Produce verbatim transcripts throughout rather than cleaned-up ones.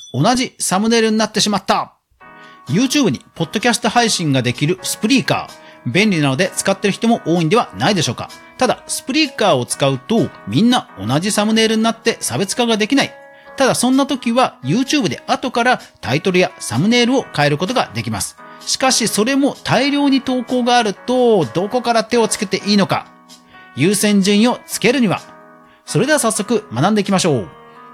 同じサムネイルになってしまった。YouTube にポッドキャスト配信ができるスプリーカー。便利なので使ってる人も多いんではないでしょうか。ただ、スプリーカーを使うとみんな同じサムネイルになって差別化ができない。ただそんな時は YouTube で後からタイトルやサムネイルを変えることができます。しかしそれも大量に投稿があるとどこから手をつけていいのか。優先順位をつけるには。それでは早速学んでいきましょう。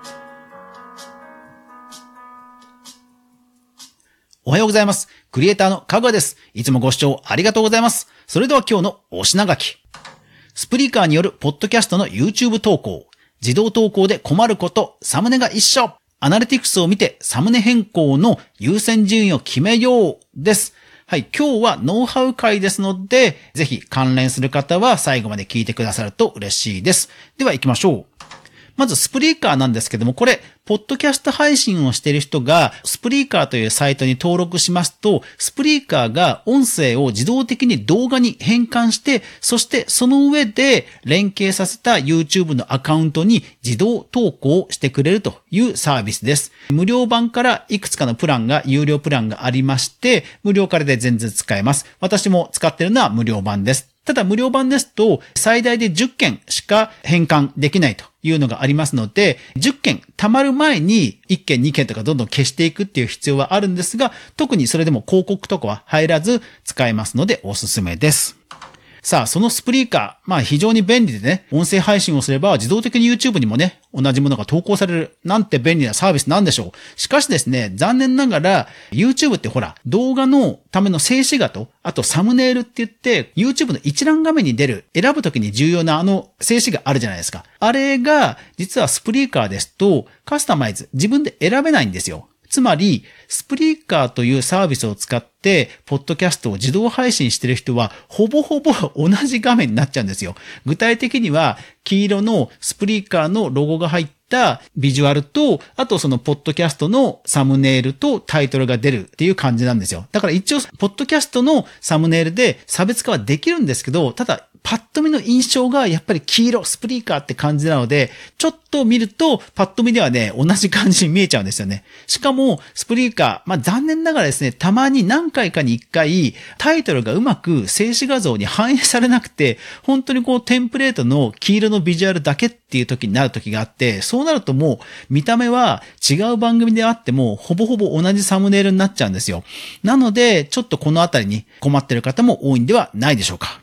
おはようございます。クリエイターのかぐわです。いつもご視聴ありがとうございます。それでは今日のお品書き。スプリーカーによるポッドキャストの YouTube 投稿。自動投稿で困ること、サムネが一緒。アナリティクスを見てサムネ変更の優先順位を決めようです。はい、今日はノウハウ回ですので、ぜひ関連する方は最後まで聞いてくださると嬉しいです。では行きましょう。まずスプリーカーなんですけども、これ、ポッドキャスト配信をしている人が、スプリーカーというサイトに登録しますと、スプリーカーが音声を自動的に動画に変換して、そしてその上で連携させた YouTube のアカウントに自動投稿してくれるというサービスです。無料版からいくつかのプランが、有料プランがありまして、無料からで全然使えます。私も使っているのは無料版です。ただ無料版ですと最大でじゅっけんしか変換できないというのがありますので、じゅっけん貯まる前にいっけんにけんとかどんどん消していくっていう必要はあるんですが、特にそれでも広告とかは入らず使えますのでおすすめです。さあ、そのスプリーカー、まあ非常に便利でね、音声配信をすれば自動的に YouTube にもね、同じものが投稿されるなんて便利なサービスなんでしょう。しかしですね、残念ながら YouTube ってほら、動画のための静止画と、あとサムネイルって言って YouTube の一覧画面に出る、選ぶときに重要なあの静止画あるじゃないですか。あれが実はスプリーカーですとカスタマイズ、自分で選べないんですよ。つまり、スプリーカーというサービスを使って、ポッドキャストを自動配信している人は、ほぼほぼ同じ画面になっちゃうんですよ。具体的には、黄色のスプリーカーのロゴが入ったビジュアルと、あとそのポッドキャストのサムネイルとタイトルが出るっていう感じなんですよ。だから一応、ポッドキャストのサムネイルで差別化はできるんですけど、ただ、パッと見の印象がやっぱり黄色、スプリーカーって感じなので、ちょっと見るとパッと見ではね、同じ感じに見えちゃうんですよね。しかも、スプリーカー、まあ残念ながらですね、たまに何回かに一回、タイトルがうまく静止画像に反映されなくて、本当にこうテンプレートの黄色のビジュアルだけっていう時になる時があって、そうなるともう見た目は違う番組であっても、ほぼほぼ同じサムネイルになっちゃうんですよ。なので、ちょっとこのあたりに困っている方も多いんではないでしょうか。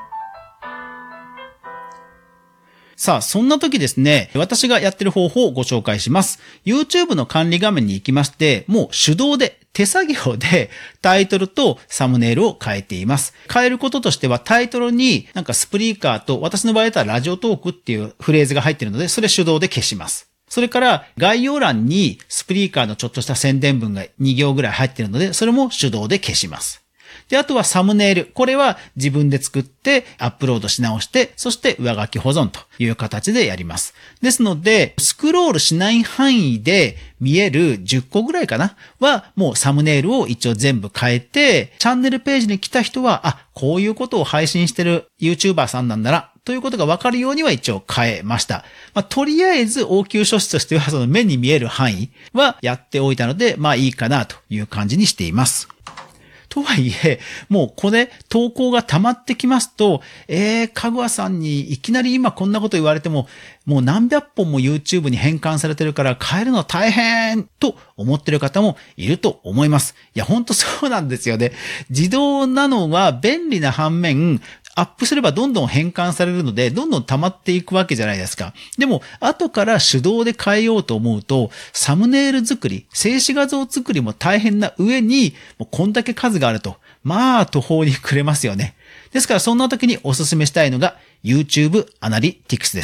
さあ、そんな時ですね、私がやってる方法をご紹介します。YouTube の管理画面に行きまして、もう手動で、手作業でタイトルとサムネイルを変えています。変えることとしてはタイトルになんかスプリーカーと、私の場合だったらラジオトークっていうフレーズが入っているので、それ手動で消します。それから概要欄にスプリーカーのちょっとした宣伝文がに行ぐらい入っているので、それも手動で消します。で、あとはサムネイル。これは自分で作ってアップロードし直して、そして上書き保存という形でやります。ですので、スクロールしない範囲で見えるじゅっこぐらいかなは、もうサムネイルを一応全部変えて、チャンネルページに来た人は、あ、こういうことを配信してる YouTuber さんなんだな、ということが分かるようには一応変えました。まあ、とりあえず応急処置としては、その目に見える範囲はやっておいたので、まあいいかなという感じにしています。とはいえ、もうこれ投稿が溜まってきますと、えー、かぐわさんにいきなり今こんなこと言われても、もう何百本も YouTube に変換されてるから変えるの大変と思ってる方もいると思います。いや、ほんとそうなんですよね。自動なのは便利な反面、アップすればどんどん変換されるので、どんどん溜まっていくわけじゃないですか。でも、後から手動で変えようと思うと、サムネイル作り、静止画像作りも大変な上に、もうこんだけ数があると、まあ途方に暮れますよね。ですからそんな時におすすめしたいのが YouTube アナリティクスです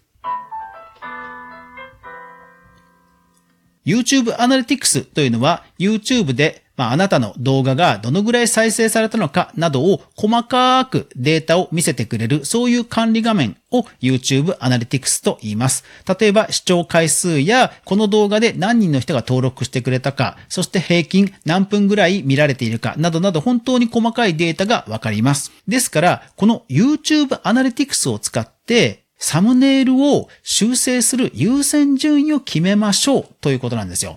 。YouTube アナリティクスというのは YouTube でまあ、あなたの動画がどのぐらい再生されたのかなどを細かくデータを見せてくれる、そういう管理画面を YouTube アナリティクスと言います。例えば視聴回数やこの動画で何人の人が登録してくれたか、そして平均何分ぐらい見られているかなどなど本当に細かいデータがわかります。ですから、この YouTube アナリティクスを使ってサムネイルを修正する優先順位を決めましょうということなんですよ。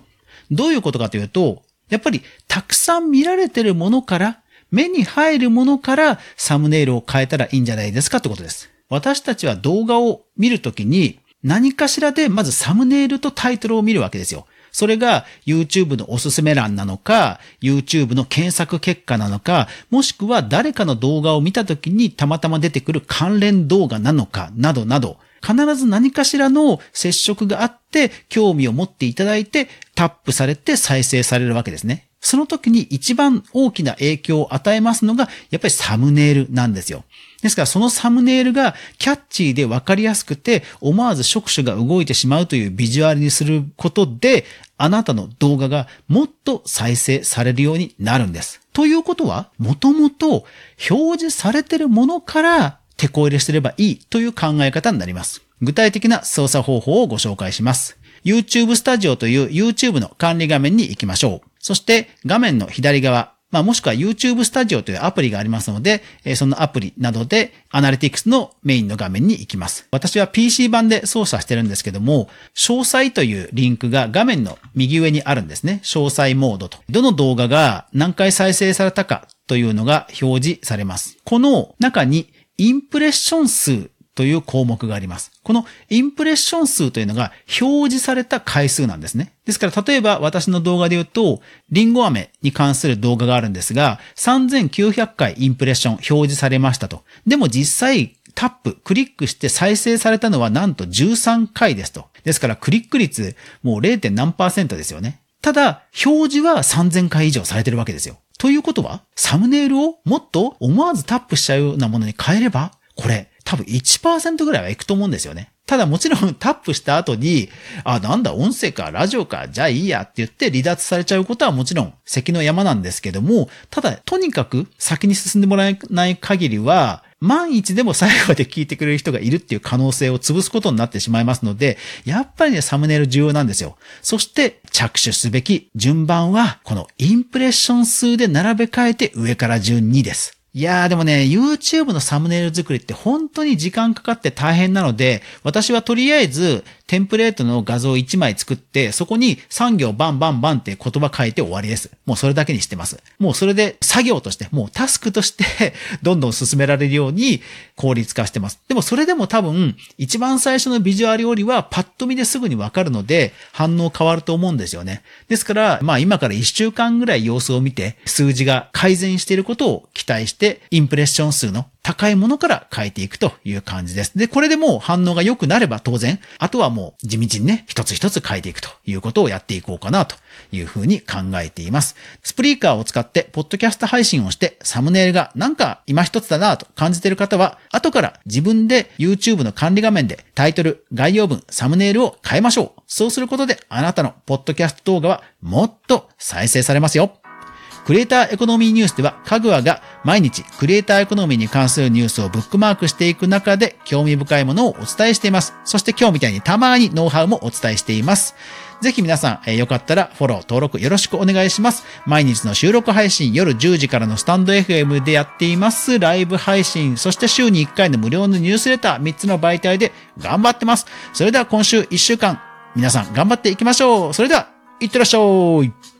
どういうことかというと、やっぱりたくさん見られてるものから、目に入るものからサムネイルを変えたらいいんじゃないですかってことです。私たちは動画を見るときに何かしらでまずサムネイルとタイトルを見るわけですよ。それが YouTube のおすすめ欄なのか、YouTube の検索結果なのか、もしくは誰かの動画を見たときにたまたま出てくる関連動画なのか、などなど、必ず何かしらの接触があって興味を持っていただいてタップされて再生されるわけですね。その時に一番大きな影響を与えますのがやっぱりサムネイルなんですよ。ですからそのサムネイルがキャッチーで分かりやすくて思わず触手が動いてしまうというビジュアルにすることであなたの動画がもっと再生されるようになるんです。ということはもともと表示されているものから手こ入れすればいいという考え方になります。具体的な操作方法をご紹介します。YouTube スタジオという YouTube の管理画面に行きましょう。そして画面の左側、まあもしくは YouTube スタジオというアプリがありますので、そのアプリなどでアナリティクスのメインの画面に行きます。私は ピーシー 版で操作してるんですけども、詳細というリンクが画面の右上にあるんですね。詳細モードと。どの動画が何回再生されたかというのが表示されます。この中にインプレッション数という項目があります。このインプレッション数というのが表示された回数なんですね。ですから例えば私の動画で言うと、リンゴ飴に関する動画があるんですが、さんぜんきゅうひゃくかいインプレッション表示されましたと。でも実際タップ、クリックして再生されたのはなんとじゅうさんかいですと。ですからクリック率もう れい. 何パーセントですよね。ただ表示はさんぜんかい以上されてるわけですよ。ということはサムネイルをもっと思わずタップしちゃうようなものに変えれば、これ多分 いちパーセント ぐらいはいくと思うんですよね。ただもちろんタップした後に、あ、なんだ音声かラジオかじゃあいいやって言って離脱されちゃうことはもちろん関の山なんですけども、ただとにかく先に進んでもらえない限りは、万一でも最後まで聞いてくれる人がいるっていう可能性を潰すことになってしまいますので、やっぱりね、サムネイル重要なんですよ。そして着手すべき順番は、このインプレッション数で並べ替えて上から順にです。いやーでもね、YouTube のサムネイル作りって本当に時間かかって大変なので、私はとりあえずテンプレートの画像いちまい作って、そこにさん行バンバンバンって言葉書いて終わりです。もうそれだけにしてます。もうそれで作業として、もうタスクとしてどんどん進められるように効率化してます。でもそれでも多分、一番最初のビジュアルよりはパッと見ですぐにわかるので、反応変わると思うんですよね。ですから、まあ今からいっしゅうかんぐらい様子を見て、数字が改善していることを期待して、で、インプレッション数の高いものから変えていくという感じです。で、これでもう反応が良くなれば当然、あとはもう地道にね、一つ一つ変えていくということをやっていこうかなというふうに考えています。スプリーカーを使ってポッドキャスト配信をしてサムネイルがなんか今一つだなと感じている方は、後から自分で YouTube の管理画面でタイトル、概要文、サムネイルを変えましょう。そうすることであなたのポッドキャスト動画はもっと再生されますよ。クリエイターエコノミーニュースでは、かぐわが毎日クリエイターエコノミーに関するニュースをブックマークしていく中で興味深いものをお伝えしています。そして今日みたいにたまにノウハウもお伝えしています。ぜひ皆さん、えー、よかったらフォロー、登録よろしくお願いします。毎日の収録配信、夜じゅうじからのスタンド エフエム でやっていますライブ配信、そして週にいっかいの無料のニュースレター、みっつの媒体で頑張ってます。それでは今週いっしゅうかん、皆さん頑張っていきましょう。それでは、いってらっしゃい。